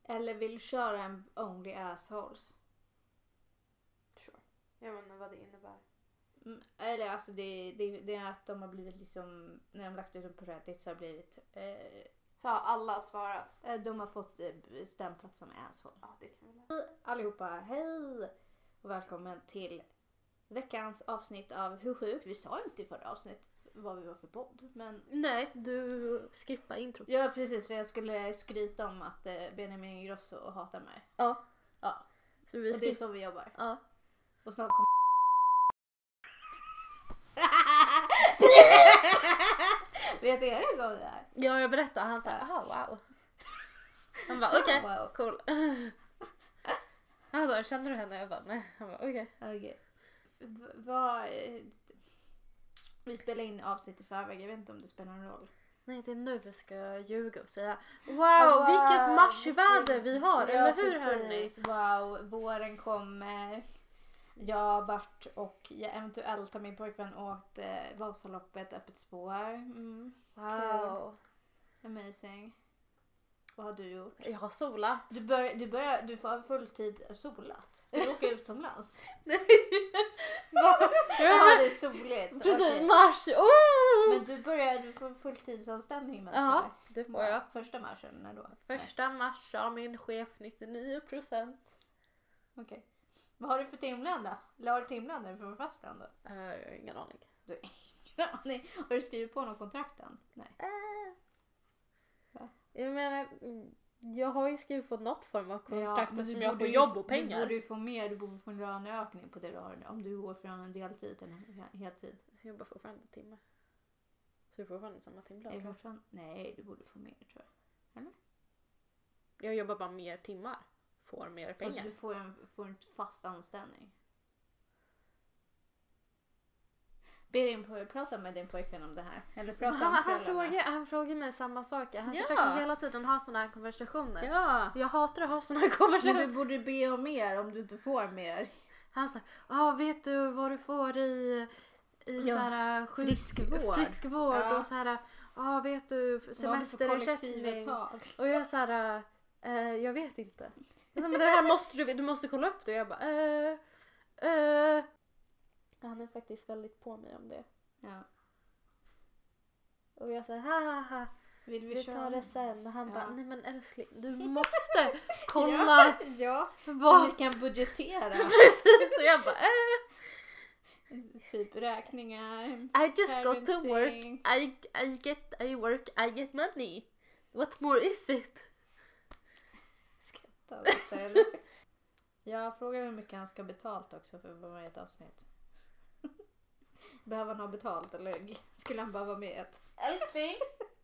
Eller vill köra en only assholes? Sure. Jag vet inte vad det innebär. Eller alltså det är att de har blivit liksom, när de lagt ut dem på Reddit så har blivit Så har alla svarat. de har fått stämplat som asshole. Ja, det kan vi lära. Allihopa, hej! Och välkommen till veckans avsnitt av Hur sjukt. Vi sa inte i förra avsnittet vad vi var för podd, men... Nej, du skippar intro. Ja, precis, för jag skulle skryta om att Benjamin Ingrosso hatar mig. Ja. Ja. Så vi Och det är så vi jobbar. Ja. Och snart kommer... Vet Erik om det här? Ja, jag berättade. Han sa, wow. Han bara, okej, Wow. cool. Han sa, känner du henne? Jag bara, nej. Han bara, okej. Okej. Vi spelar in avsnitt i förväg. Jag vet inte om det spelar någon roll. Nej, det är nu vi ska ljuga och säga, wow, vilket marsväder vi har. Ja, eller hur, hörni? precis. Wow, våren kommer. Jag har varit och jag eventuellt har min pojkvän åkt Vasaloppet, öppet spår. Wow. Amazing. Vad har du gjort? Jag har solat. Du får ha fulltid solat. Ska du åka utomlands? Nej. Ja, det är soligt. Precis, Okej. mars. Men du får fulltidsanställning med Ja, det får jag. Första marsen, när då? Första mars sa min chef 99%. Okej. Vad har du för timlön då? Eller har du timlön eller för fastland då? Jag har ingen aning. Nej. Har du skrivit på någon kontrakt än? Nej. Va? Jag menar, jag har ju skrivit på något form av kontrakt men som du jag får borde jobb och Du pengar. borde ju få mer, du borde få en löneökning på det du har om du går från en deltid till en heltid. Jag jobbar fortfarande en timme. Så du får fortfarande samma timlön. Nej, du borde få mer tror jag. Jag jobbar bara mer timmar. Får mer pengar. Fast du får en fast anställning. Prata med din pojkvän om det här. Eller prata om han frågar mig samma saker. Han Ja. försöker hela tiden ha såna här konversationer. Ja. Jag hatar att ha såna här konversationer. Men du borde be om mer om du inte får mer. Han sa, vet du vad du får i så här friskvård Ja. och så här, vet du semesterersättning. Och jag så här, jag vet inte. Men det här måste du måste kolla upp det. Och jag bara, Han är faktiskt väldigt på mig om det. Ja. Och jag säger, haha. Vill Vi tar det sen. Och han Ja. bara, nej men älskling, du måste kolla Ja. Så vad... vi kan budgetera. Precis, så jag bara, Typ räkningar. I just got to work. parenting. I work, I get money. What more is it? Skrattar lite, eller? Jag frågar hur mycket han ska betalt också för att vara med i ett avsnitt. Behöver han ha betalt eller skulle han bara vara med i ett? Älskling?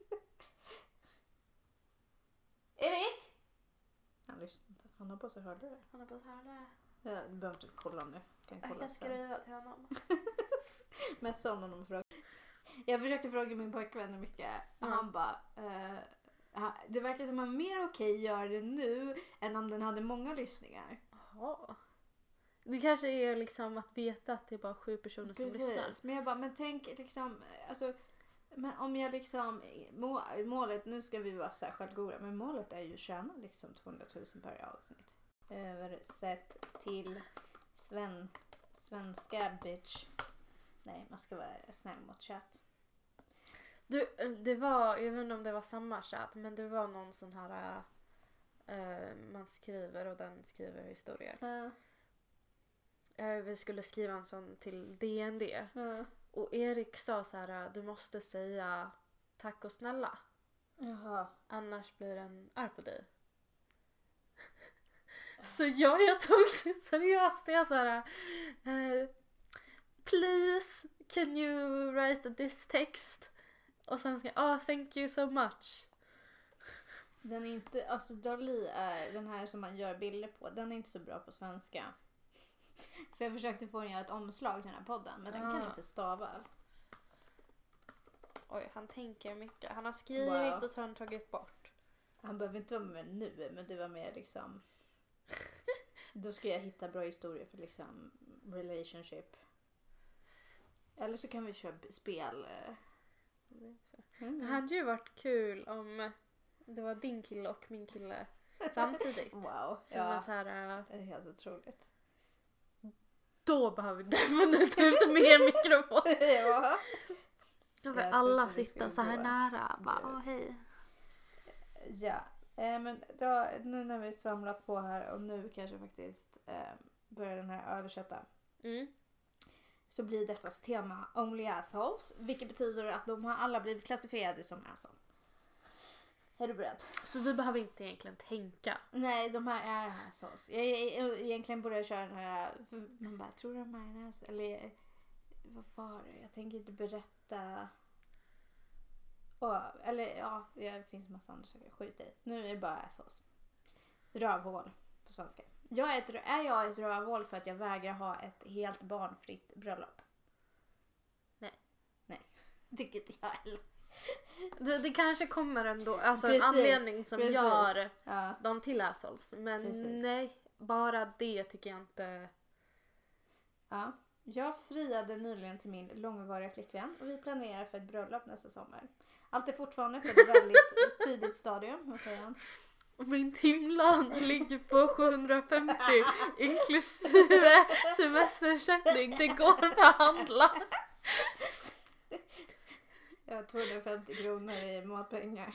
Erik? Han lyssnar inte. Han har på sig hörlurar. Han är på så här. Ja, du behöver inte kolla nu. Jag kolla kan sen. skriva till honom. Messa honom och fråga. Jag försökte fråga min pojkvän hur mycket. Och han bara... det verkar som att han mer okej gör det nu än om den hade många lyssningar. Jaha. Det kanske är liksom att veta att det är bara 7 personer som lyssnar. Precis, men jag bara, men tänk liksom, alltså, men om jag liksom, målet, nu ska vi vara så här självgoda, men målet är ju att tjäna liksom 200 000 per avsnitt. Översätt till svenska bitch. Nej, man ska vara snäll mot chatt. Du, det var, jag vet inte om det var samma chatt, men det var någon sån här man skriver och den skriver historier. Vi skulle skriva en sån till DND. Och Erik sa så här, du måste säga tack och snälla. Jaha. Annars blir den arg på dig. Så jag tog det seriöst. Jag sa här, please can you write this text? Och sen ska jag, thank you so much. Den är inte, alltså Dali är den här som man gör bilder på, den är inte så bra på svenska. För jag försökte få den att göra ett omslag till den här podden, men den kan inte stava. Oj, han tänker mycket. Han har skrivit och tagit bort. Han behöver inte vara med nu, men det var mer liksom... Då ska jag hitta bra historier för liksom relationship. Eller så kan vi köra spel. Det hade ju varit kul om det var din kille och min kille samtidigt. Wow. Som är så här, det är helt otroligt. Då behöver vi definitivt mer mikrofon. Ja. Då vill alla sitta så här nära. Bara, hej. Ja, men då, nu när vi samlar på här och nu kanske faktiskt börjar den här översätta. Så blir dettas tema Only Assholes. Vilket betyder att de har alla blivit klassifierade som asshole. Är du beredd? Så vi behöver inte egentligen tänka. Nej, de här är assholes. Egentligen borde jag köra den här. Man bara, tror du de här är en asshole? Eller vad var det? Jag tänker inte berätta. Det finns massa andra saker. Skjut i. Nu är det bara assholes. Rövhål på svenska. Är jag ett rövhål för att jag vägrar ha ett helt barnfritt bröllop? Nej. Tycker inte jag heller. Det kanske kommer ändå. Alltså en anledning som gör dem till assholes. Men nej, bara det tycker jag inte. Ja. Jag friade nyligen till min långvariga flickvän och vi planerar för ett bröllop nästa sommar. Allt är fortfarande på ett väldigt tidigt stadium, vad säger han? Min timlön ligger på 750 inklusive semestersättning. Det går att handla. Jag har 250 kronor i matpengar.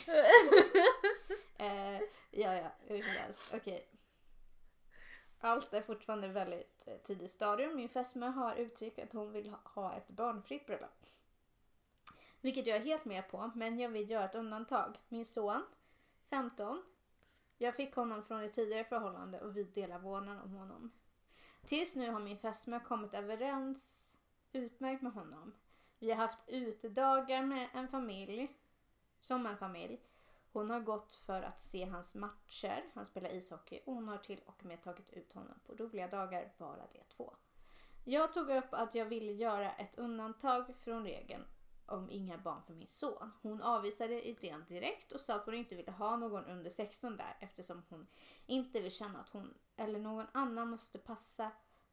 Okej. Allt är fortfarande väldigt tidigt stadium. Min fästmö har uttryckt att hon vill ha ett barnfritt bröllop. Vilket jag är helt med på, men jag vill göra ett undantag. Min son, 15, jag fick honom från ett tidigare förhållande och vi delar vårdnaden om honom. Tills nu har min fästmö kommit överens utmärkt med honom. Vi har haft utedagar med en familj. Hon har gått för att se hans matcher. Han spelar ishockey och hon har till och med tagit ut honom på roliga dagar, bara det 2. Jag tog upp att jag ville göra ett undantag från regeln om inga barn för min son. Hon avvisade idén direkt och sa att hon inte ville ha någon under 16 där eftersom hon inte vill känna att hon eller någon annan måste passa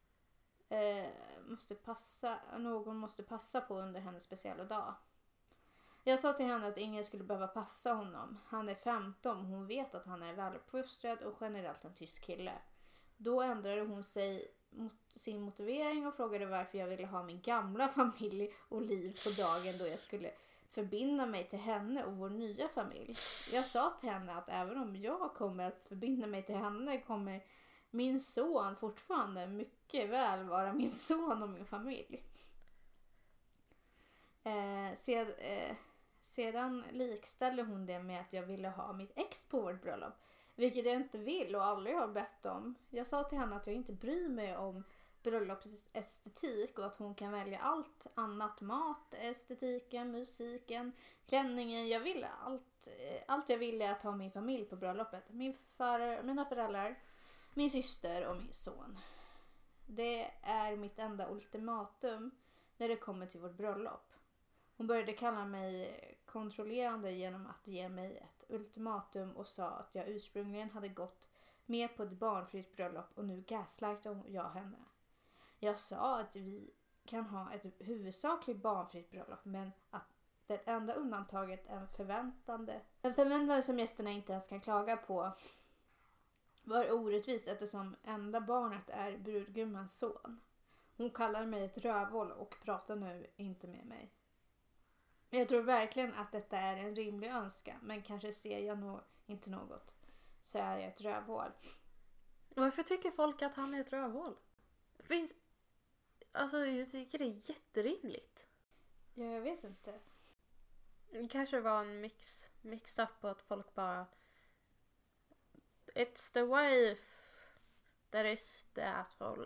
på under hennes speciella dag. Jag sa till henne att ingen skulle behöva passa honom. Han är 15, hon vet att han är väluppfostrad och generellt en tysk kille. Då ändrade hon sig mot sin motivering och frågade varför jag ville ha min gamla familj och liv på dagen då jag skulle förbinda mig till henne och vår nya familj. Jag sa till henne att även om jag kommer att förbinda mig till henne kommer min son fortfarande mycket väl vara min son och min familj. Sedan likställer hon det med att jag ville ha mitt ex på vårt bröllop. Vilket jag inte vill och aldrig har bett om. Jag sa till henne att jag inte bryr mig om bröllopsestetik och att hon kan välja allt annat. Mat, estetiken, musiken, klänningen. Jag ville allt jag ville är att ha min familj på bröllopet. Mina föräldrar, min syster och min son. Det är mitt enda ultimatum när det kommer till vårt bröllop. Hon började kalla mig kontrollerande genom att ge mig ett ultimatum och sa att jag ursprungligen hade gått med på ett barnfritt bröllop och nu gaslightade jag henne. Jag sa att vi kan ha ett huvudsakligt barnfritt bröllop men att det enda undantaget är en förväntande som gästerna inte ens kan klaga på var orättvist eftersom enda barnet är brudgummans son. Hon kallade mig ett rövhål och pratar nu inte med mig. Jag tror verkligen att detta är en rimlig önskan, men kanske ser jag nog inte något. Så är jag ett rövhål. Varför tycker folk att han är ett rövhål? Jag tycker det är jätterimligt. Ja, jag vet inte. Det kanske var en mix-up på att folk bara... It's the wife that is the asshole.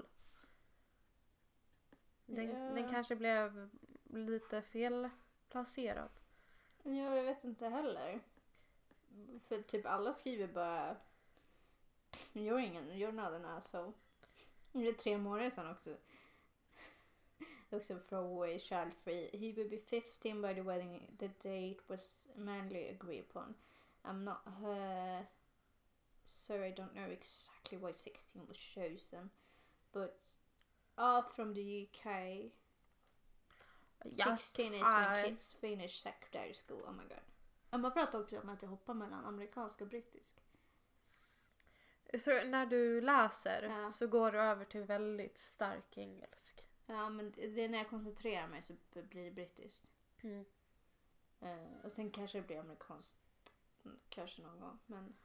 Den kanske blev lite fel placerad. Ja, jag vet inte heller. För typ alla skriver bara you're not an asshole. Det är 3 månader sedan också. Också throwaway child free. He will be 15 by the wedding. The date was manly agreed upon. I'm not so I don't know exactly why 16 was chosen. But from the UK 16 is when kids finish secondary school. Oh my god. Man pratar också om att jag hoppar mellan amerikansk och brittisk. Så när du läser så går du över till väldigt stark engelsk. Ja, men det är när jag koncentrerar mig så blir det brittiskt. Och sen kanske det blir amerikanskt. Kanske någon gång. Men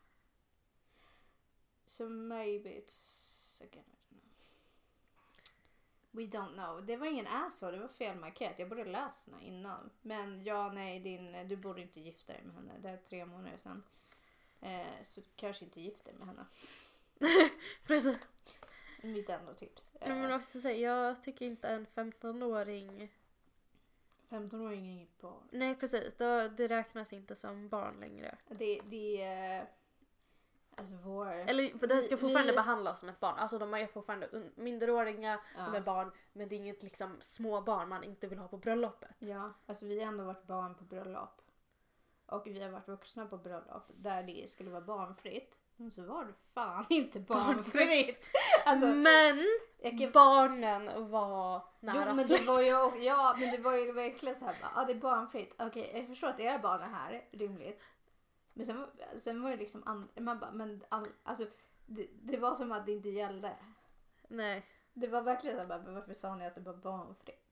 so maybe it's again, I don't know. We don't know. Det var ingen asshole, det var felmarkerat. Jag borde läsa den innan. Men du borde inte gifta dig med henne. Det är 3 månader sedan. Så kanske inte gifta dig med henne. Precis. Mitt enda tips. Men också säga, jag tycker inte en 15-åring... 15-åring är inget barn. Nej, precis. Det räknas inte som barn längre. Det är... Alltså Eller den ska fortfarande behandlas som ett barn. Alltså de är fortfarande minderåriga, de är barn. Men det är inget liksom små barn man inte vill ha på bröllopet. Ja, alltså vi har ändå varit barn på bröllop. Och vi har varit vuxna på bröllop där det skulle vara barnfritt. Men så var det fan inte barnfritt. Alltså, men barnen var nära men det var ju, men det var ju verkligen så här, det är barnfritt. Okej, jag förstår att era barn är här, rimligt. Men sen var det liksom man bara, alltså det var som att det inte gällde. Nej. Det var verkligen så här, varför sa ni att det var barnfritt?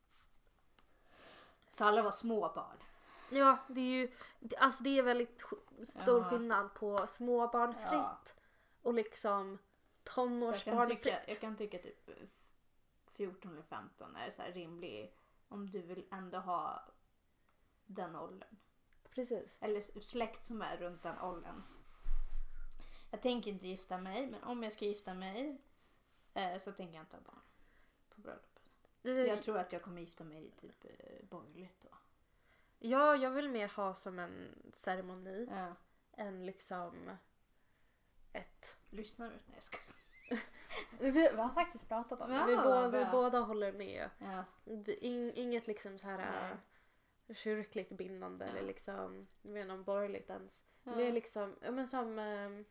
För alla var små barn. Ja, det är ju alltså det är väldigt stor skillnad på småbarnfritt och liksom tonårsbarnfritt. Jag kan tycka typ 14 eller 15 är så här rimlig om du vill ändå ha den åldern. Precis. Eller släkt som är runt den åldern. Jag tänker inte gifta mig, men om jag ska gifta mig så tänker jag inte ha barn på bröllopet. Jag tror att jag kommer gifta mig typ borgerligt då. Ja, jag vill mer ha som en ceremoni än liksom ett... Lyssnar du? Nej, jag ska. Vi har faktiskt pratat om det. Vi båda håller med. Ja. Inget liksom så här kyrkligt bindande eller liksom någon borgerligt ens. Det är liksom men som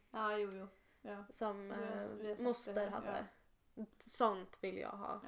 som moster hade. Sånt vill jag ha.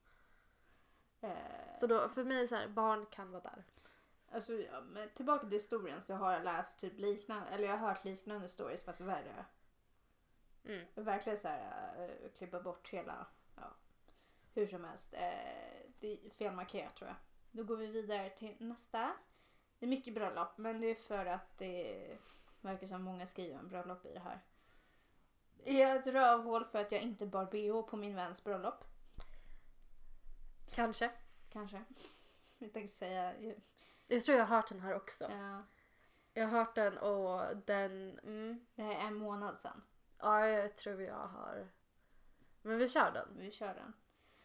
Så då för mig så här, barn kan vara där. Alltså, men tillbaka till historien så har jag läst typ liknande, eller jag har hört liknande stories fast värre. Verkligen så här klippa bort hela, hur som helst. Det är felmarkerat tror jag. Då går vi vidare till nästa. Det är mycket bröllop, men det är för att det verkar som många skriver en bröllop i det här. Jag är ett rövhål för att jag inte bar BH på min väns bröllop. Kanske. Jag tänkte säga... Jag tror jag har hört den här också. Ja. Jag har hört den och den... Det här är 1 månad sedan. Ja, jag tror jag har... Men vi kör den.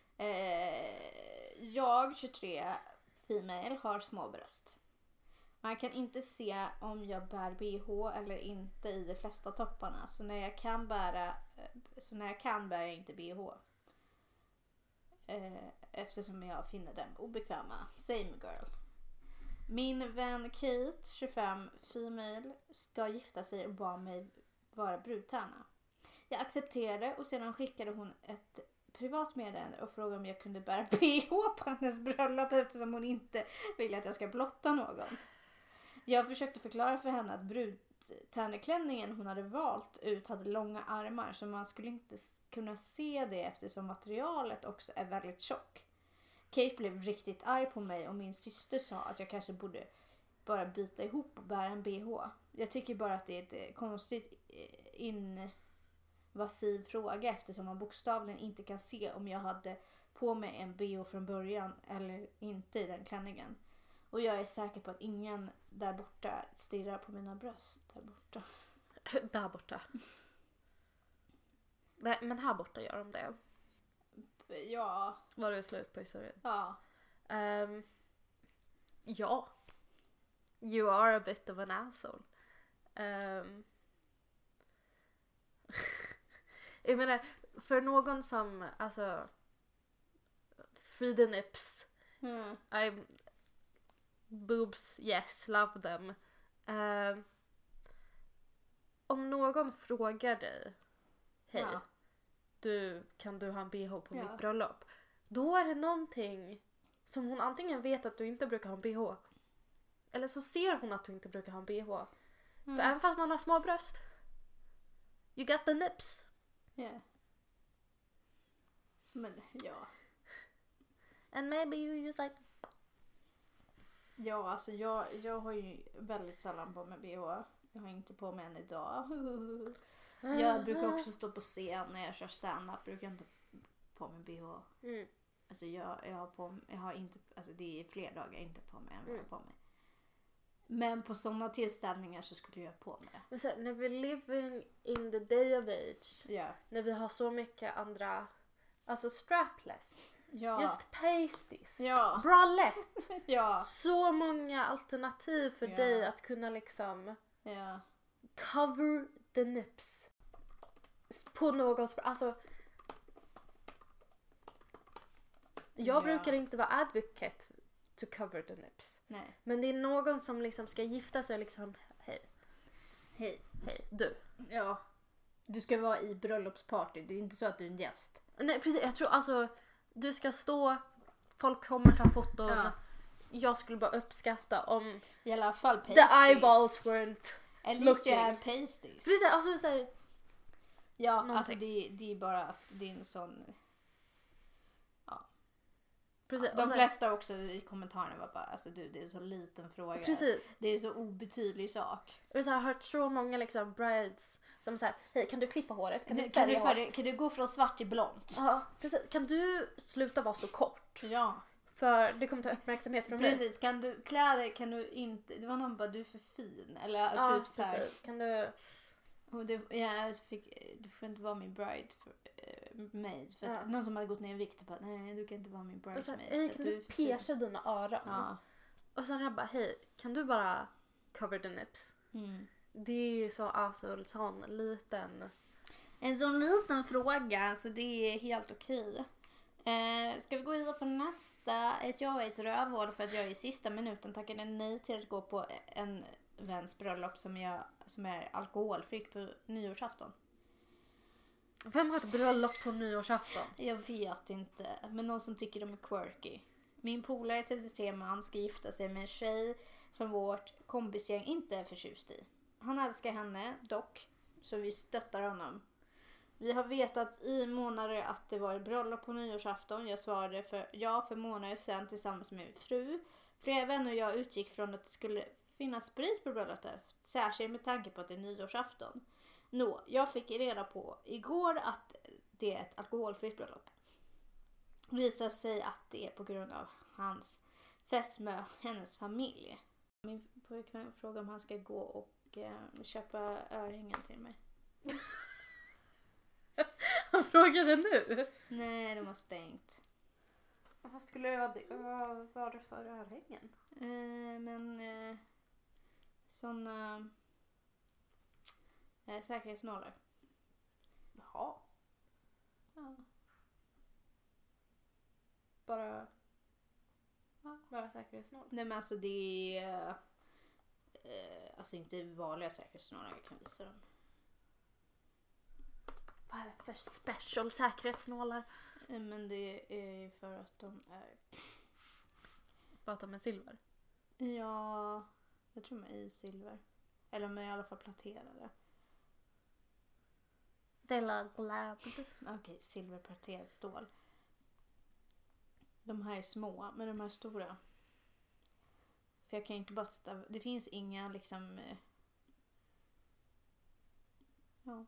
Jag, 23, female, har små bröst. Man kan inte se om jag bär BH eller inte i de flesta topparna. Så när jag kan bär jag inte BH. Eftersom jag finner dem obekväma. Same girl. Min vän Kate, 25, female, ska gifta sig och bad mig vara brudtärna. Jag accepterade och sedan skickade hon ett privat meddelande och frågade om jag kunde bära BH på hennes bröllop eftersom hon inte vill att jag ska blotta någon. Jag försökte förklara för henne att brudtärneklänningen hon hade valt ut hade långa armar så man skulle inte kunna se det eftersom materialet också är väldigt tjock. Kate blev riktigt arg på mig och min syster sa att jag kanske borde bara byta ihop och bära en BH. Jag tycker bara att det är ett konstigt invasiv fråga eftersom man bokstavligen inte kan se om jag hade på mig en BH från början eller inte i den klänningen. Och jag är säker på att ingen där borta stirrar på mina bröst där borta. Där borta. Nej, men här borta gör de det. Ja. Var det slut på historien? Ja. Ja. You are a bit of an asshole. Jag menar, för någon som, alltså, free the nips. Boobs, yes, love them. Om någon frågar dig, hej, kan du ha en BH på mitt bröllop? Då är det någonting som hon antingen vet att du inte brukar ha en BH. Eller så ser hon att du inte brukar ha en BH. För även fast man har små bröst. You got the nips. Yeah. Men ja. And maybe you just like... Ja, alltså jag har ju väldigt sällan på mig BH. Jag har inte på mig än idag. Jag brukar också stå på scen när jag kör stand-up. Brukar inte på mig BH. Alltså jag har inte, alltså det är fler dagar inte på mig än vad jag har på mig. Men på sådana tillställningar så skulle jag på mig det. Men så, när vi living in the day of age. Yeah. När vi har så mycket andra, alltså strapless. Ja. Just pasties. Ja. Bralette. Ja. Så många alternativ för dig att kunna liksom cover the nips. På något, alltså jag brukar inte vara advocate to cover the nips. Nej. Men det är någon som liksom ska gifta sig liksom, hej, du. Ja. Du ska vara i bröllopsparty. Det är inte så att du är en gäst. Nej, precis. Jag tror alltså du ska stå, folk kommer ta foton. Ja. Jag skulle bara uppskatta om i alla fall pasties. The eyeballs weren't at least you have pasties. Precis, alltså så här, ja, någonting. Alltså det är bara att det är en sån. Ja. Precis. De flesta också i kommentarerna var bara, alltså du, det är så liten fråga. Precis. Det är så obetydlig sak. Jag har hört så många liksom brides som säger, hej, kan du klippa håret? Kan du gå från svart till blont? Ja, precis. Kan du sluta vara så kort? Ja. För det kommer ta uppmärksamhet från mig. Precis, kläder kan du inte, det var någon bara, du är för fin. Eller typ så här. Precis. Kan du... Och du får inte vara min bride maid. För att någon som hade gått ner i vikt och bara, nej du kan inte vara min bridesmaid. Kan du pierca dina öron? Ja. Och sen jag bara, hej, kan du bara cover the nips? Det är ju så, alltså en sån liten fråga, så det är helt okej. Ska vi gå vidare på nästa? Jag är ett rövhål för att jag i sista minuten tackade nej till att gå på en väns bröllop som är alkoholfritt på nyårsafton. Vem har ett bröllop på nyårsafton? Jag vet inte, men någon som tycker de är quirky. Min polare 33 man ska gifta sig med en tjej som vårt kompisgäng inte är förtjust i. Han älskar henne dock, så vi stöttar honom. Vi har vetat i månader att det var ett bröllop på nyårsafton. Jag svarade för månader sedan tillsammans med min fru. Flera vänner och jag utgick från att det skulle finnas sprit på bröllopet, särskilt med tanke på att det är nyårsafton. Jag fick reda på igår att det är ett alkoholfritt bröllop. Det visar sig att det är på grund av hans fästmö, hennes familj. Min pojkvän frågar om han ska gå och köpa örhängen till mig. Han frågade nu? Nej, det var stängt. Vad skulle det vara? Vad var det för örhängen? Såna säkerhetsnålar. Jaha. Ja. Bara säkerhetsnålar? Nej, men alltså det är alltså inte vanliga säkerhetsnålar, jag kan visa dem. Vad är det för special säkerhetsnålar? Men det är för att de är... För att de är silver? Ja, jag tror de är i silver. Eller de är i alla fall platerade. Det är glabbed. Okej, silverplaterat stål. De här är små, men de här är stora. För jag kan inte bara sätta... Det finns inga liksom... Ja.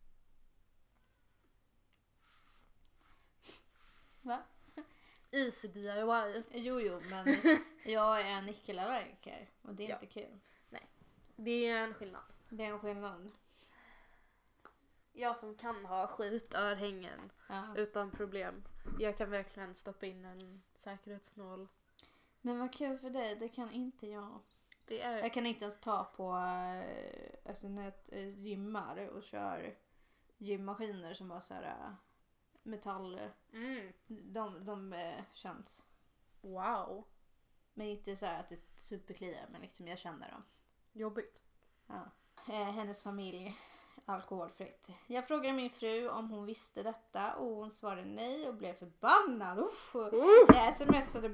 Va? Easy DIY. Jo, men jag är en nickelallergiker och det är inte kul. Nej, det är en skillnad. Det är en skillnad. Jag som kan ha skitörhängen utan problem. Jag kan verkligen stoppa in en säkerhetsnål. Men vad kul för dig, det kan inte jag. Jag kan inte ens ta på alltså när jag gymmar och kör gymmaskiner som var så här metall. De känns. Wow. Men inte så här att det superkliar, men liksom jag känner dem. Jobbigt. Ja. Hennes familj alkoholfritt. Jag frågade min fru om hon visste detta och hon svarade nej och blev förbannad. Jag smsade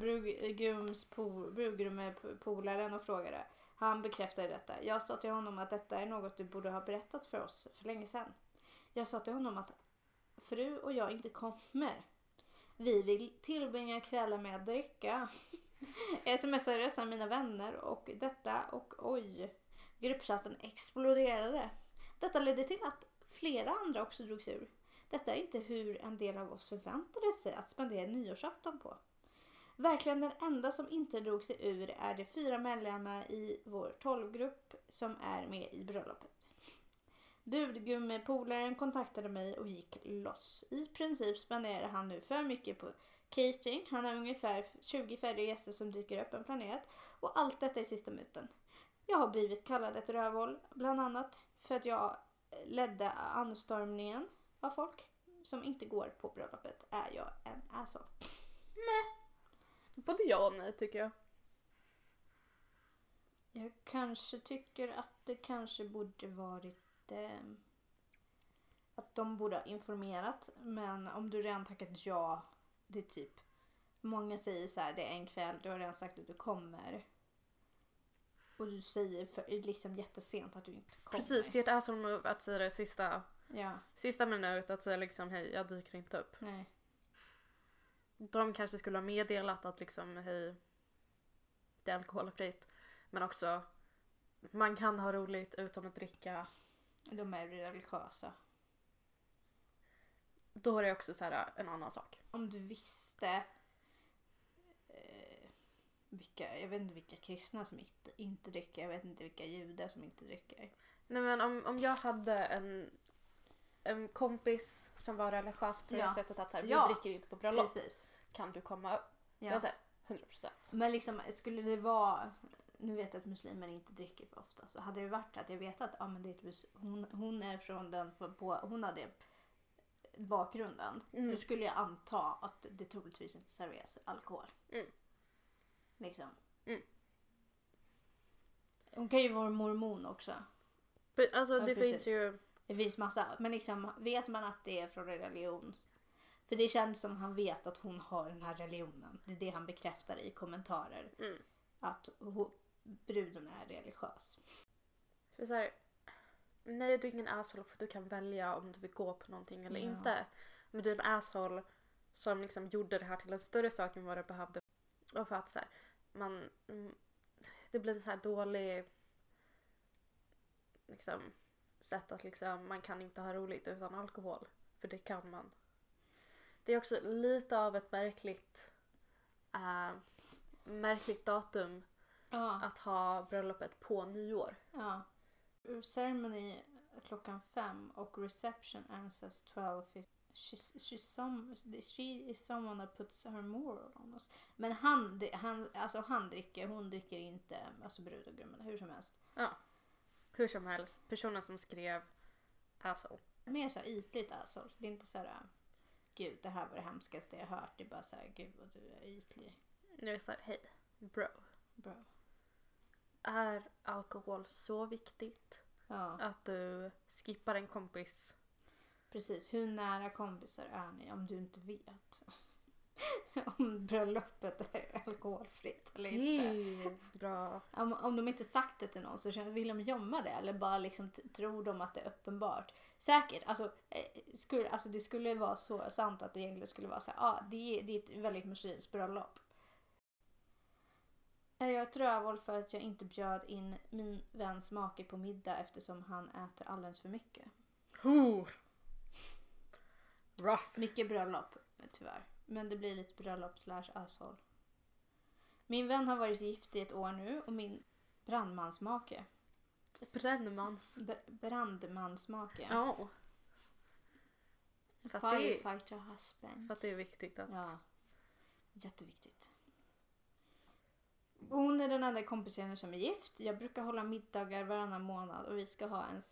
brudgrumpolaren och frågade. Han bekräftade detta. Jag sa till honom att detta är något du borde ha berättat för oss för länge sedan. Jag sa till honom att fru och jag inte kommer. Vi vill tillbringa kvällen med att dricka. Jag smsade resten av mina vänner och detta och oj, gruppchatten exploderade. Detta ledde till att flera andra också drogs ur. Detta är inte hur en del av oss förväntade sig att spendera nyårsafton på. Verkligen den enda som inte drog sig ur är de 4 medlemmar i vår 12-grupp som är med i bröllopet. Budgummipolaren kontaktade mig och gick loss. I princip spenderar han nu för mycket på catering. Han har ungefär 20 färre gäster som dyker upp än planerat. Och allt detta i sista minuten. Jag har blivit kallad ett rövhål, bland annat för att jag ledde anstormningen av folk som inte går på bröllopet. Är jag en asshole? Både ja och nej tycker jag. Jag kanske tycker att det kanske borde varit att de borde ha informerat. Men om du redan tackat ja, det är typ många säger så här, det är en kväll, du har redan sagt att du kommer. Och du säger liksom jättesent att du inte kommer. Precis, det är ett asshole move att säga det sista minut, att säga liksom hej, jag dyker inte upp. Nej. De kanske skulle ha meddelat att liksom hej, det är alkoholfritt. Men också, man kan ha roligt utan att dricka. De är religiösa. Då är det också så här en annan sak. Om du visste jag vet inte vilka kristna som inte dricker. Jag vet inte vilka judar som inte dricker. Nej, men om jag hade en kompis som var religiös på det sättet att här, vi dricker inte på bröllop. Precis. Kan du komma upp? Ja. Jag säger 100%. Men liksom, skulle det vara, nu vet jag att muslimer inte dricker för ofta, så hade det varit att jag vet att men det är hon är från den hon hade bakgrunden. Då skulle jag anta att det troligtvis inte serveras alkohol. Liksom. Hon kan ju vara mormon också. Alltså det finns ju. Det finns massa. Men liksom, vet man att det är från religion? För det känns som han vet att hon har den här religionen. Det är det han bekräftar i kommentarer. Att bruden är religiös. För så här, nej, du är ingen asshole för du kan välja om du vill gå på någonting eller inte. Men du är en asshole som liksom gjorde det här till en större sak än vad det behövde. Och för att så här, det blir så här dålig liksom sätt att liksom, man kan inte ha roligt utan alkohol. För det kan man. Det är också lite av ett märkligt datum att ha bröllopet på nyår. Ja. Ceremony 5:00 och reception ends at 12:50. She is someone that puts her moral on us. Men han dricker, hon dricker inte, alltså brudgummen, hur som helst. Ja. Hur som helst, personen som skrev asshole. Mer så här ytligt asshole. Det är inte så här, gud, det här var det hemskaste jag hört. Det är bara så här, gud vad du är ytlig. Nu är det så här, hej, bro. Är alkohol så viktigt att du skippar en kompis? Precis, hur nära kompisar är ni om du inte vet om bröllopet är alkoholfritt eller inte? Bra. Om de inte sagt det till någon så vill de gömma det eller bara liksom tror de att det är uppenbart. Säkert, det skulle vara så sant att det egentligen skulle vara så här, det är ett väldigt muslimskt bröllop. Är jag ett rövhål för att jag inte bjöd in min väns make på middag eftersom han äter alldeles för mycket? Rough. Mycket bröllop, tyvärr. Men det blir lite bröllop/asshole. Min vän har varit gift i 1 år nu och min brandmansmake. Brandmansmake. Ja. Firefighter husband. För att det är viktigt att. Ja. Jätteviktigt. Hon är den enda kompisen som är gift. Jag brukar hålla middagar varannan månad och vi ska ha en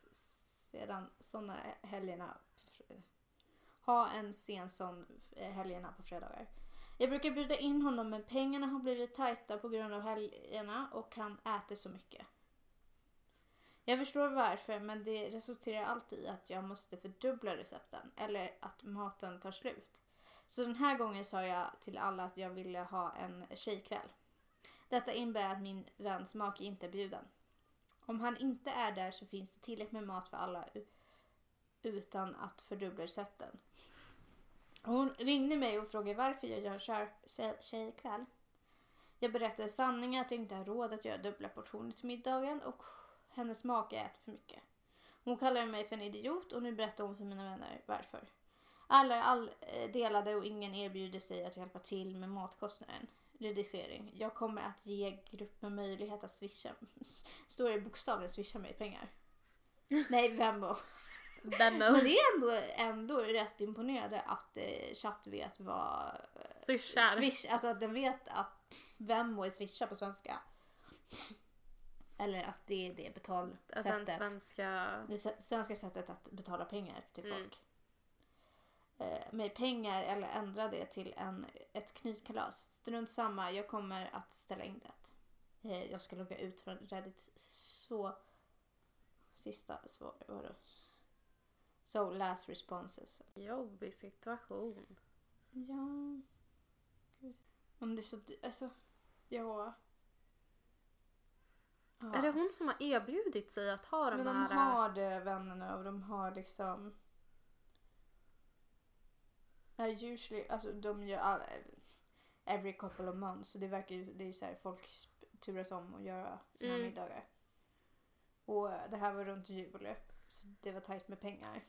helgerna på fredagar. Jag brukar bjuda in honom men pengarna har blivit tajta på grund av helgerna och han äter så mycket. Jag förstår varför men det resulterar alltid i att jag måste fördubbla recepten eller att maten tar slut. Så den här gången sa jag till alla att jag ville ha en tjejkväll. Detta innebär att min väns make inte är bjuden. Om han inte är där så finns det tillräckligt med mat för alla utan att fördubbla recepten. Hon ringde mig och frågade varför jag gör tjejkväll. Jag berättade sanningen att jag inte har råd att göra dubbla portioner till middagen och hennes make äter för mycket. Hon kallade mig för en idiot och nu berättar hon för mina vänner varför. Alla delade och ingen erbjuder sig att hjälpa till med matkostnaden. Redigering. Jag kommer att ge gruppen möjlighet att swisha. Står det bokstavligen swisha mig pengar? Nej, Venmo. Men det är ändå rätt imponerande att chatt vet vad swish, alltså att den vet att Venmo är swisha på svenska. Eller att det är det betalsättet. Det svenska sättet att betala pengar till folk. Med pengar eller ändra det till ett knytkalas. Strunt samma, jag kommer att ställa in det. Jag ska logga ut från Reddit så sista svar var det. So last responses. Jobbig situation. Ja. Om det är så alltså ja. Är det hon som har erbjudit sig att ha men de här? Men de har det, vännerna, och de har liksom usually, alltså de gör every couple of months, så det är så här, folk turas om att göra sina middagar. Och det här var runt jul, så det var tajt med pengar.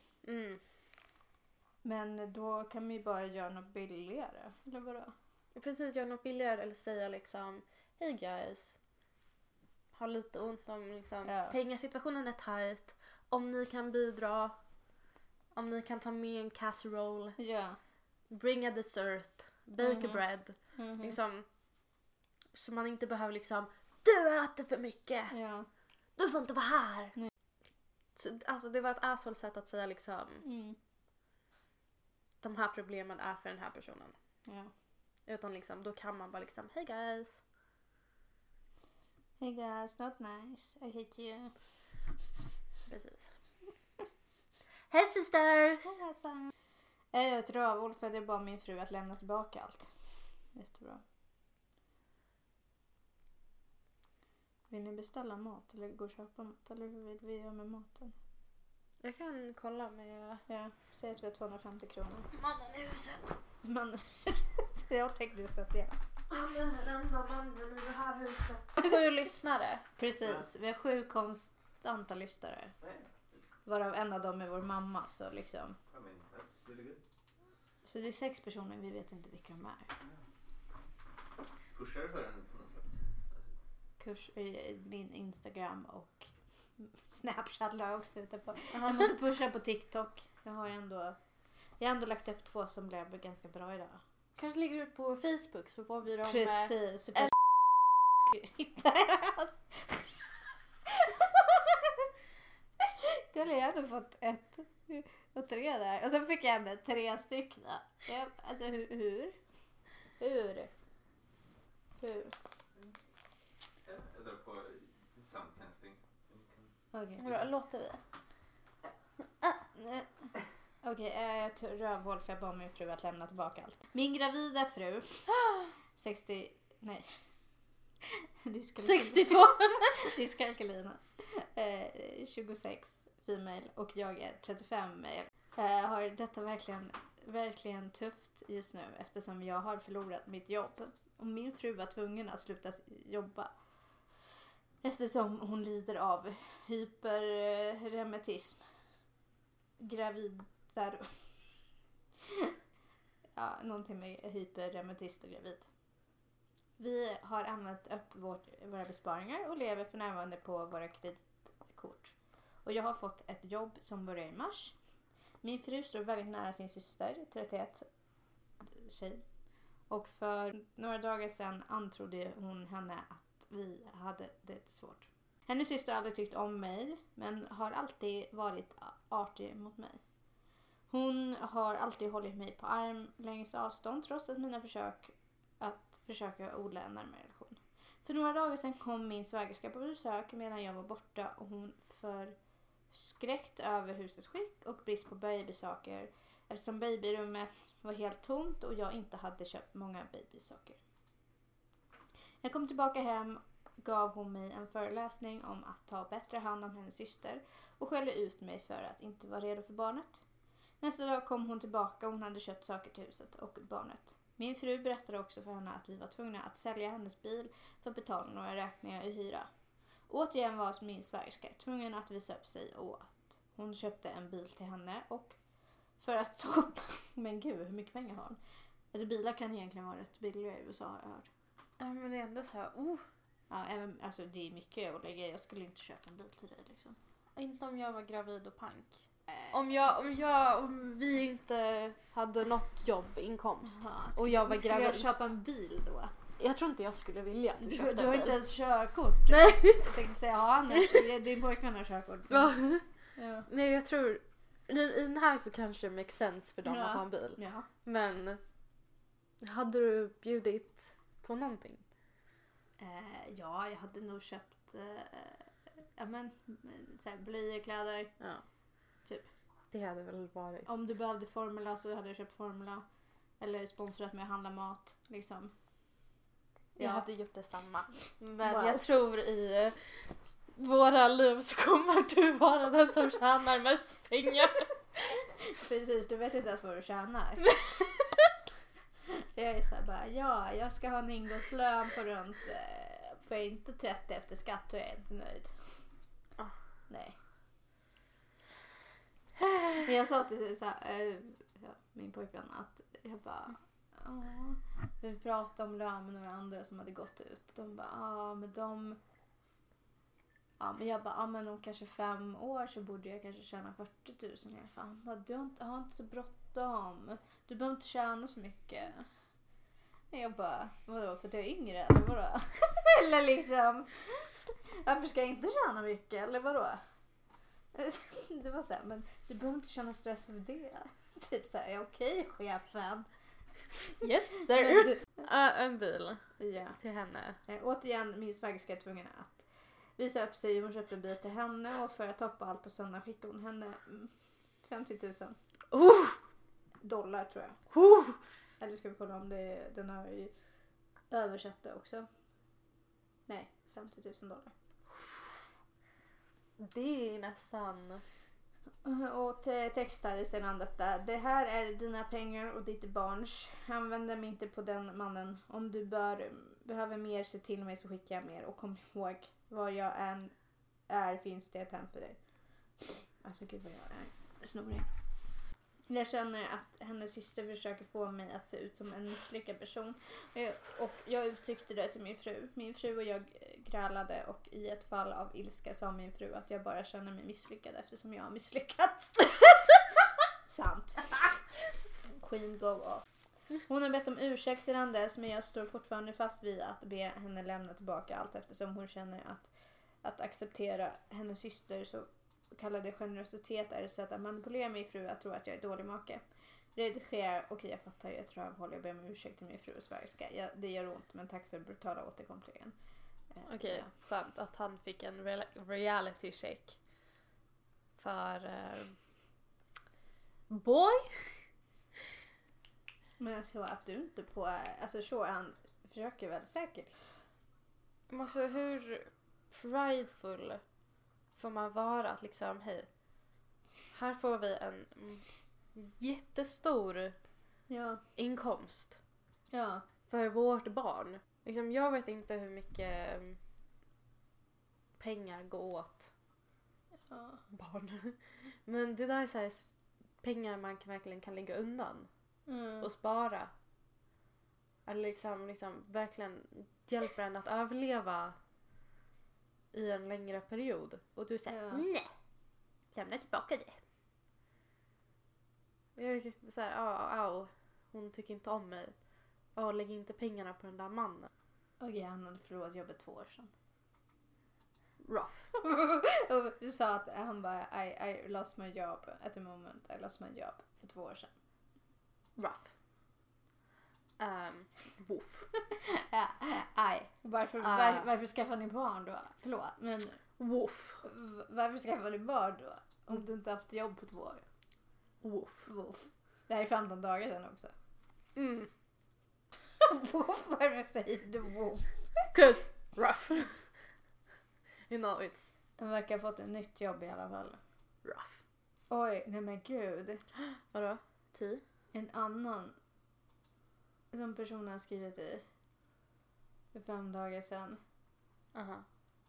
Men då kan man ju bara göra något billigare, eller vadå? Precis, göra något billigare eller säga liksom hey guys, har lite ont om liksom pengasituationen är tajt, om ni kan bidra, om ni kan ta med en casserole, bring a dessert, bake a bread, liksom, så man inte behöver liksom du äter för mycket, du får inte vara här. Så, alltså det var ett asshole sätt att säga liksom de här problemen är för den här personen. Utan liksom, då kan man bara liksom hey guys, not nice, I hate you. Precis. Hej sisters! Jag är ett rövhål för det är bara min fru att lämna tillbaka allt. Jättebra. Vill ni beställa mat eller gå och köpa mat? Eller hur vill vi göra med maten? Jag kan kolla med... Ja, säg att vi har 250 kronor. Mannen i huset. Mannen i huset. Jag tänkte just att det. Han är den enda mannen i det här huset. 7 lyssnare. Precis, vi har 7 konstanta lyssnare. Varav en av dem är vår mamma, så liksom. Så det är 6 personer, vi vet inte vilka de är. Pushar du för den på något sätt? Kurs i min Instagram och Snapchat la jag också ute på. Jag måste pusha på TikTok. Jag har ändå lagt upp 2 som blev ganska bra idag. Kanske ligger ut på Facebook så får vi dem. Precis. Så hitta oss. Skulle jag hade fått 1 och 3 där. Och så fick jag med 3 stycken. Alltså hur? Jag drar på soundcasting. Okej. Låter vi? Okej, ett rövhål för jag bad min fru att lämna tillbaka allt. Min gravida fru 60... Nej. 62. Dyskalkylina. 26 female och jag är 35 male. Har detta verkligen tufft just nu eftersom jag har förlorat mitt jobb. Och min fru var tvungen att sluta jobba. Eftersom hon lider av hyperremetism. Gravidar. Ja, någonting med hyperremetist och gravid. Vi har använt upp våra besparingar och lever för närvarande på våra kreditkort. Och jag har fått ett jobb som börjar i mars. Min fru står väldigt nära sin syster, 31 tjej. Och för några dagar sedan antrodde hon henne att vi hade det svårt. Hennes syster har aldrig tyckt om mig, men har alltid varit artig mot mig. Hon har alltid hållit mig på armlängds avstånd trots att mina försöka odla en närmare relation. För några dagar sedan kom min svägerska på besök medan jag var borta och hon förskräckt över husets skick och brist på babysaker eftersom babyrummet var helt tomt och jag inte hade köpt många babysaker. Jag kom tillbaka hem gav hon mig en föreläsning om att ta bättre hand om hennes syster och skällde ut mig för att inte vara redo för barnet. Nästa dag kom hon tillbaka och hon hade köpt saker till huset och barnet. Min fru berättade också för henne att vi var tvungna att sälja hennes bil för att betala några räkningar i hyra. Återigen var min svägerska tvungen att visa upp sig och att hon köpte en bil till henne och för att ta upp... Men gud, hur mycket pengar har hon? Alltså bilar kan egentligen vara rätt billiga i USA har jag hört. Ja, men det är ändå så här, Ja, även, alltså det är mycket att lägga. Jag skulle inte köpa en bil till dig liksom. Inte om jag var gravid och pank. Om vi inte hade något jobb, inkomst. Jaha, och jag var skulle gravid. jag köpa en bil då? Jag tror inte jag skulle vilja att du köpte Du en har bil. inte ens körkort. Nej. Jag tänkte säga, ja Anders, din pojkvän har körkort. Ja. Ja. Nej, jag tror i den här så kanske det makes sense för dem Ja. att ha en bil. Ja. Men hade du bjudit på någonting? Ja, jag hade nog köpt blöjkläder. Ja. Typ. Det hade väl varit. Om du behövde formula så hade jag köpt formula. Eller sponsrat med att handla mat. Liksom. Jag hade gjort detsamma. Men Wow. jag tror i våra liv så kommer du vara den som tjänar mest pengar. Precis, du vet inte ens vad du tjänar. Jag är såhär bara, ja, jag ska ha en ingångslön på runt, för inte 30 efter skatt, då är jag inte nöjd. Nej. Men jag sa till min pojkvän att jag bara, vi pratade om lön med några andra som hade gått ut. De bara, men jag bara, men om kanske 5 år så borde jag kanske tjäna 40 000 i alla fall. Han bara, du har inte så bråttom. Du behöver inte tjäna så mycket. Jag bara, vadå, för att jag är yngre eller vadå? Eller liksom, varför ska jag inte tjäna mycket eller vadå? Det var såhär, men du behöver inte känna stress över det. Typ såhär, okej chefen. Yes sir. En bil Ja. till henne. Återigen, min svägerska är tvungen att visa upp sig. Hon köpte en bil till henne och för att toppa allt på söndag skickade hon henne 50 000 dollar tror jag. Eller ska vi kolla om den har ju översatt det också. Nej, 50 000 dollar. Det är nästan... Och textade sedan detta. Det här är dina pengar och ditt barns. Använd dem inte på den mannen. Om du behöver mer, se till mig så skickar jag mer. Och kom ihåg, vad jag än är finns det ett hem för dig. Alltså gud vad jag är snorig. Jag känner att hennes syster försöker få mig att se ut som en misslyckad person. Och jag uttryckte det till min fru. Min fru och jag grälade och i ett fall av ilska sa min fru att jag bara känner mig misslyckad eftersom jag har misslyckats. Sant. Queen go off. Hon har bett om ursäkt sedan dess, men jag står fortfarande fast vid att be henne lämna tillbaka allt eftersom hon känner att acceptera hennes syster så kallade generositet är ett sätt att manipulera min fru att tro att jag är dålig make. Redigera, okej jag fattar, jag tror jag ber om ursäkt till min fru och svägerska. Det gör ont, men tack för brutala återkomplingen. Okej, skönt att han fick en reality check. För boy. Men jag såg att du inte på, alltså så han försöker väl säkert. Men också hur prideful får man vara att liksom, hej, här får vi en jättestor inkomst för vårt barn. Liksom, jag vet inte hur mycket pengar går åt barn. Men det där är så här, pengar man verkligen kan lägga undan och spara. Eller liksom verkligen hjälper en att överleva i en längre period. Och du säger nej, lämna tillbaka det. Jag är såhär, hon tycker inte om mig. Lägg inte pengarna på den där mannen. Okej, han hade förlorat jobbet 2 år sedan. Rough. Och du sa att han bara, I lost my job at the moment. I lost my job för 2 år sedan. Rough. Woof. Varför skaffar ni barn då? Förlåt, men woof. Varför skaffar ni barn då? Om du inte haft jobb på 2 år. Woof. Det här är 15 dagar sedan också. Mm. Woof, varför säger du woof? 'Cause rough. it's Han verkar ha fått ett nytt jobb i alla fall. rough. Oj, nej men gud. Vadå? 10? En annan som personen har skrivit i för 5 dagar sedan. Aha.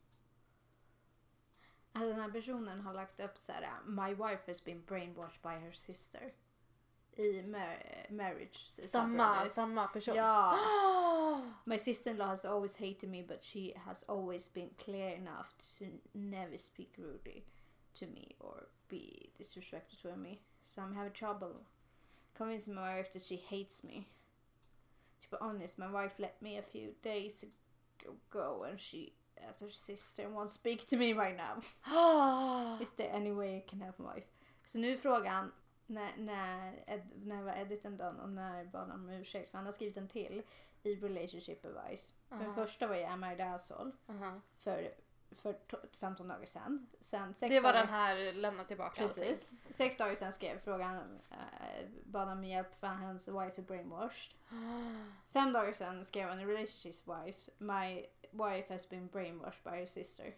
Alltså den här personen har lagt upp så här: My wife has been brainwashed by her sister. I marriage. Samma person. Ja. My sister-in-law has always hated me, but she has always been clear enough to never speak rudely to me or be disrespectful to me. So I'm having trouble convincing my wife that she hates me. To be honest, my wife left me a few days ago and she at her sister and won't speak to me right now. Is there any way I can help my wife? Så nu är frågan när var editen done och när bad han om ursäkt. För han har skrivit en till i relationship advice. För den första var ju Am I the asshole? För 15 dagar sedan. Sen 6 det var dagar, den här lämna tillbaka. precis. Allting. 6 dagar sedan skrev frågan bad om hjälp för hans wife är brainwashed. 5 dagar sedan skrev han relationship wife. My wife has been brainwashed by her sister.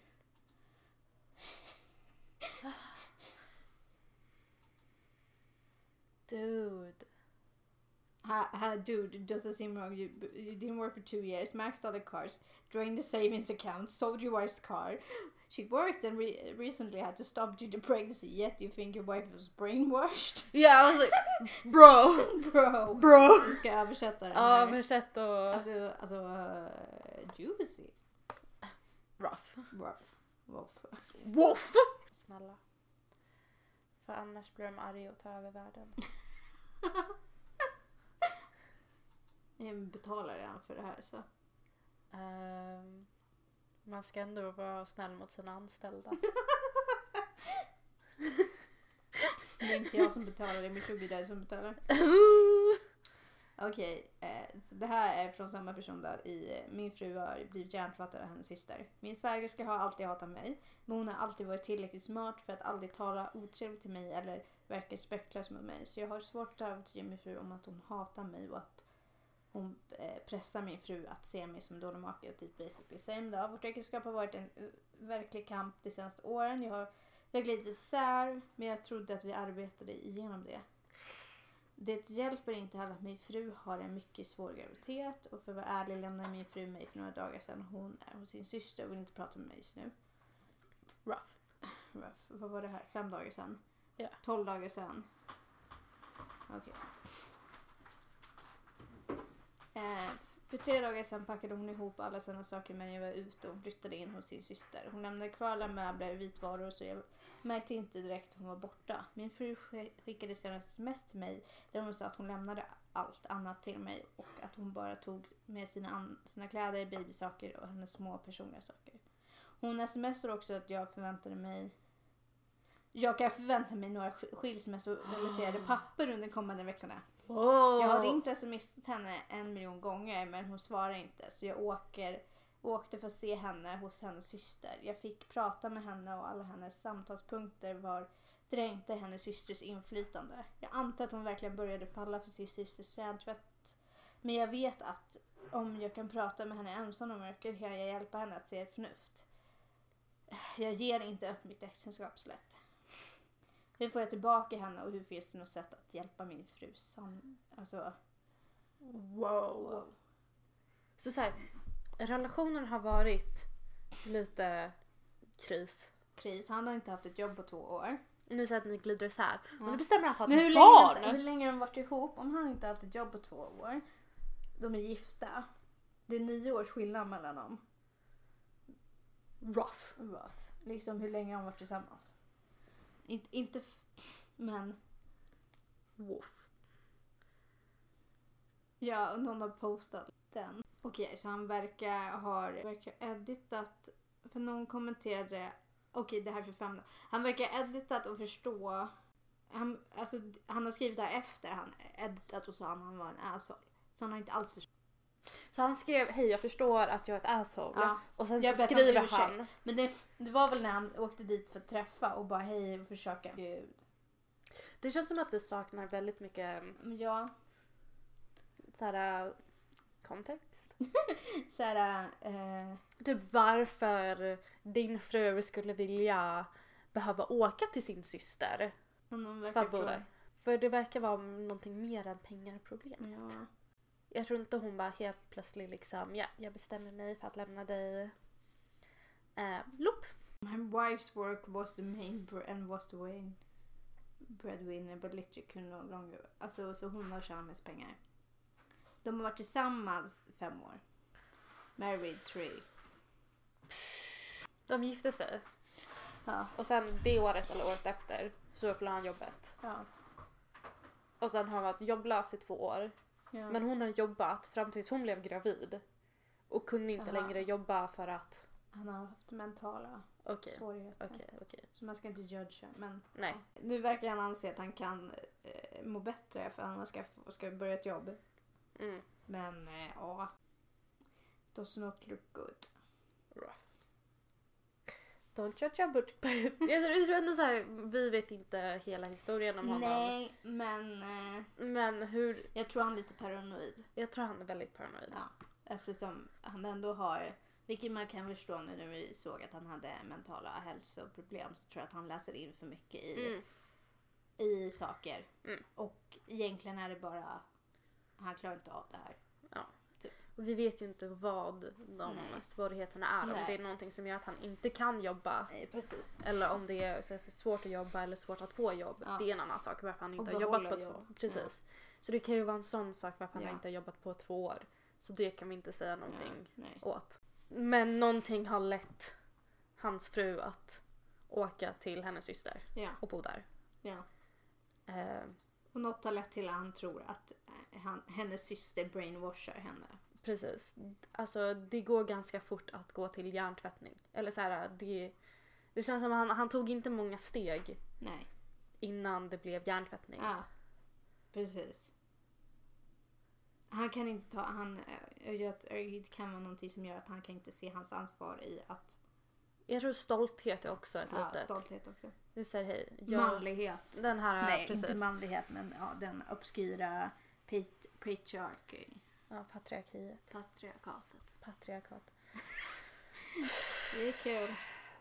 Dude. Dude, it doesn't seem wrong. You didn't work for 2 years, maxed all the cars, drained the savings account, sold your wife's car. She worked and recently had to stop due to pregnancy, yet you think your wife was brainwashed? Yeah, I was like, bro. Jag ska översätta den Ja, här. översätt och... Juicy. Rough. Woof. Snälla. För annars blir de arga och tar över världen. Jag betalar redan för det här så. Man ska ändå vara snäll mot sina anställda. Det är inte jag som betalar, det är min klubbidare som betalar. Okej, så det här är från samma person där. Min fru har blivit hjärntvättad av hennes syster. Min svägerska har alltid hatat mig. Men hon har alltid varit tillräckligt smart för att aldrig tala otrevligt till mig eller verka respektlös mot mig. Så jag har svårt att övertyga min fru om att hon hatar mig och att hon pressar min fru att se mig som dålig make och typ basically same då. Vårt äktenskap har varit en verklig kamp de senaste åren. Jag har verkligen lite sär, men jag trodde att vi arbetade igenom det. Det hjälper inte heller att min fru har en mycket svår graviditet och för att vara ärlig lämnade min fru mig för några dagar sedan. Hon är hos sin syster och vill inte prata med mig just nu. Rough. Vad var det här? 5 dagar sedan? Ja. 12 dagar sedan. Okej. För 3 dagar sedan packade hon ihop alla sina saker men jag var ute och flyttade in hos sin syster. Hon lämnade kvar alla möbler och vitvaror så jag märkte inte direkt att hon var borta. Min fru skickade sedan sms till mig där hon sa att hon lämnade allt annat till mig och att hon bara tog med sina kläder, babysaker och hennes små personliga saker. Hon smsade också att jag kan förvänta mig några skilsmässorelaterade papper under kommande veckorna. Oh. Jag har ringt och smsat henne 1 miljon gånger men hon svarar inte så jag åkte för att se henne hos hennes syster. Jag fick prata med henne och alla hennes samtalspunkter var dränkta i hennes systers inflytande. Jag antar att hon verkligen började falla för sin systers hjärntvätt. Men jag vet att om jag kan prata med henne ensam om mörker kan jag hjälpa henne att se förnuft. Jag ger inte upp mitt äktenskap så lätt. Hur får jag tillbaka henne och hur finns det något sätt att hjälpa min fru alltså Wow. Så här, relationen har varit lite kris. Han har inte haft ett jobb på 2 år. Ni säger att ni glider isär. Men du bestämmer att ha Men ett barn. hur länge har de varit ihop om han inte haft ett jobb på 2 år? De är gifta. Det är 9 års skillnad mellan dem. Rough. Liksom hur länge har de varit tillsammans? Men Woof. ja, någon har postat den. Okej, så han verkar editat för någon kommenterade det här för 5 dagar. Han verkar editat och förstå han har skrivit där efter han editat och sa att han var en asshole. Så han har inte alls förstått. Så han skrev, hej jag förstår att jag är ett asshole. Ja. Och sen Jag så bett skriver om ursäkt. han. Men det var väl när han åkte dit för att träffa och bara hej och försöka. Gud. Det känns som att vi saknar väldigt mycket Ja. såhär kontext. Såhär, Typ varför din fru skulle vilja behöva åka till sin syster. För att bo där. För det verkar vara någonting mer än pengarproblem. Ja. Jag tror inte hon bara helt plötsligt liksom, ja, jag bestämmer mig för att lämna dig. Loop. My wife's work was the main and was the main breadwinner, but literally could no longer. Alltså, så hon har tjänat mest pengar. De har varit tillsammans 5 år. Married 3. De gifte sig. Ja. Och sen det året eller året efter så förlorade han jobbet. Ja. Och sen har han varit jobblös i 2 år. Ja. Men hon har jobbat fram tills hon blev gravid. Och kunde inte längre jobba för att... Han har haft mentala svårigheter. Okej. Så man ska inte judga. Men Nej. nu verkar han anse att han kan må bättre för han ska börja ett jobb. Mm. Men ja. Does not look good. Don't judge a book. Jag tror ändå så här, vi vet inte hela historien om honom. Nej, Men hur... jag tror han är lite paranoid. Jag tror han är väldigt paranoid. Ja, eftersom han ändå har, vilket man kan förstå nu när vi såg att han hade mentala hälsoproblem, så tror jag att han läser in för mycket i saker. Mm. Och egentligen är det bara, han klarar inte av det här. Ja. Och vi vet ju inte vad de svårigheterna är. Nej. Om det är någonting som gör att han inte kan jobba. Nej, precis. Eller om det är så svårt att jobba eller svårt att få jobb. Ja. Det är en annan sak varför han inte Och har jobbat på behålla jobb. 2 år. Precis. Så det kan ju vara en sån sak varför han Ja. inte har jobbat på 2 år. Så det kan vi inte säga någonting Nej. åt. Men någonting har lett hans fru att åka till hennes syster Ja. och bo där. Ja. Eh, Och något har lett till att han tror att hennes syster brainwashar henne. Precis. Alltså det går ganska fort att gå till hjärntvättning. Eller så här, det känns som att han tog inte många steg Nej. innan det blev hjärntvättning. Ja. Precis. Han kan inte det kan vara någonting som gör att han kan inte se hans ansvar i att... Jag tror stolthet är också ett Ja, litet. stolthet också. Det säger hej. Manlighet. Den här, Nej, precis. inte manlighet, men ja, den obskyra patriarchy. Ja, patriarkiet. Patriarkat. Det är kul.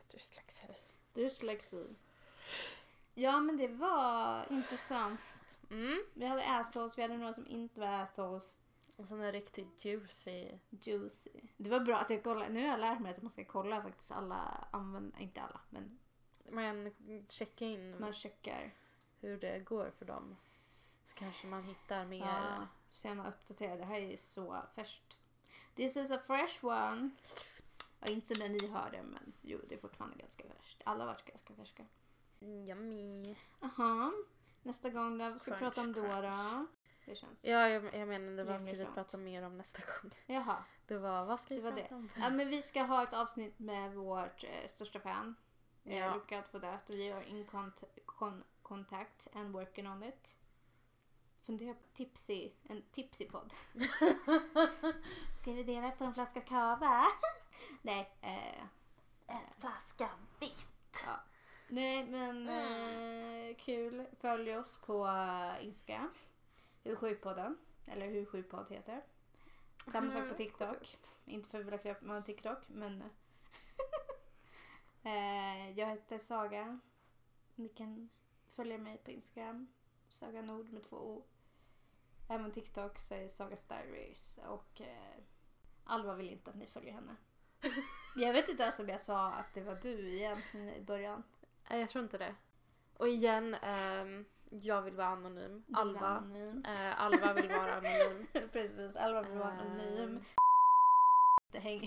Dyslexi. Ja, men det var intressant. Vi hade assholes, vi hade några som inte var assholes. Och sen är det riktigt juicy. Det var bra att jag kollade. Nu har jag lärt mig att man ska kolla faktiskt alla inte alla, men Men checka in man checkar. hur det går för dem. Så kanske man hittar mer. Ja, ser man uppdatera. Det här är så färskt. This is a fresh one. Ja, inte när ni hör det, men jo, det är fortfarande ganska färskt. Alla har varit ganska färska. Yummy. Aha. Nästa gång då ska vi prata om då. Det känns. Ja, jag menar det var ska vi Rimligt prata mer om nästa gång. Jaha. Det var vad ska vi Det var prata om? Ja, men vi ska ha ett avsnitt med vårt största fan. Ja. Look out for that. Vi är in contact and working on it. Fundera på en tipsy podd. Ska vi dela på en flaska kava? Nej. En flaska vitt. Ja. Nej, men kul. Följ oss på Instagram. Hur7podden. Eller Hur7podd heter. Samma sak på TikTok. Inte för att vilja klippa med TikTok, men jag heter Saga. Ni kan följa mig på Instagram. Saga Nord med 2 O. Även TikTok så är Saga Diaries. Och Alva vill inte att ni följer henne. Jag vet inte ens om jag sa att det var du egentligen i början. Nej, jag tror inte det. Och igen, jag vill vara anonym. Alva vill vara anonym. Precis, Alva vill vara anonym. Det hänger.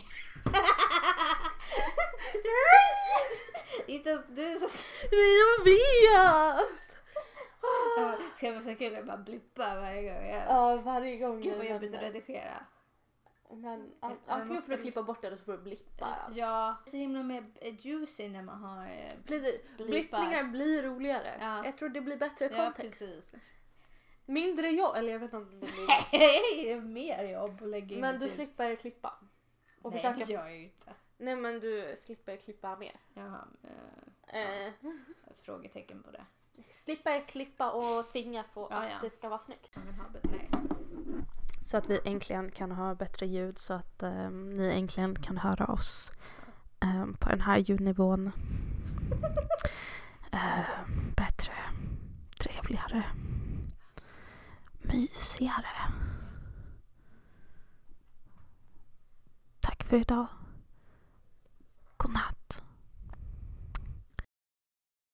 Inte du så. Jag vet! Ska jag försöka kul att bara blippa varje gång? Ja, varje gång. Gud vad jobbigt att redigera. Men antingen får du klippa bort det eller så får du blippa. Ja, så himla mer juicy när man har Precis, blippningar blir roligare. Ja. Jag tror det blir bättre Ja, kontext. precis. Mindre jobb, eller jag vet inte om det blir. Det är mer jobb att lägga in. Men du slipper klippa. Och Nej, försöka... det gör jag ju inte. Nej, men du slipper klippa mer. Jaha, frågetecken på det. Slipper klippa och tvinga för Ja, att det ska vara snyggt. Nej. Så att vi äntligen kan ha bättre ljud. Så att ni äntligen kan höra oss på den här ljudnivån. Bättre, trevligare, mysigare. Tack för idag. God natt.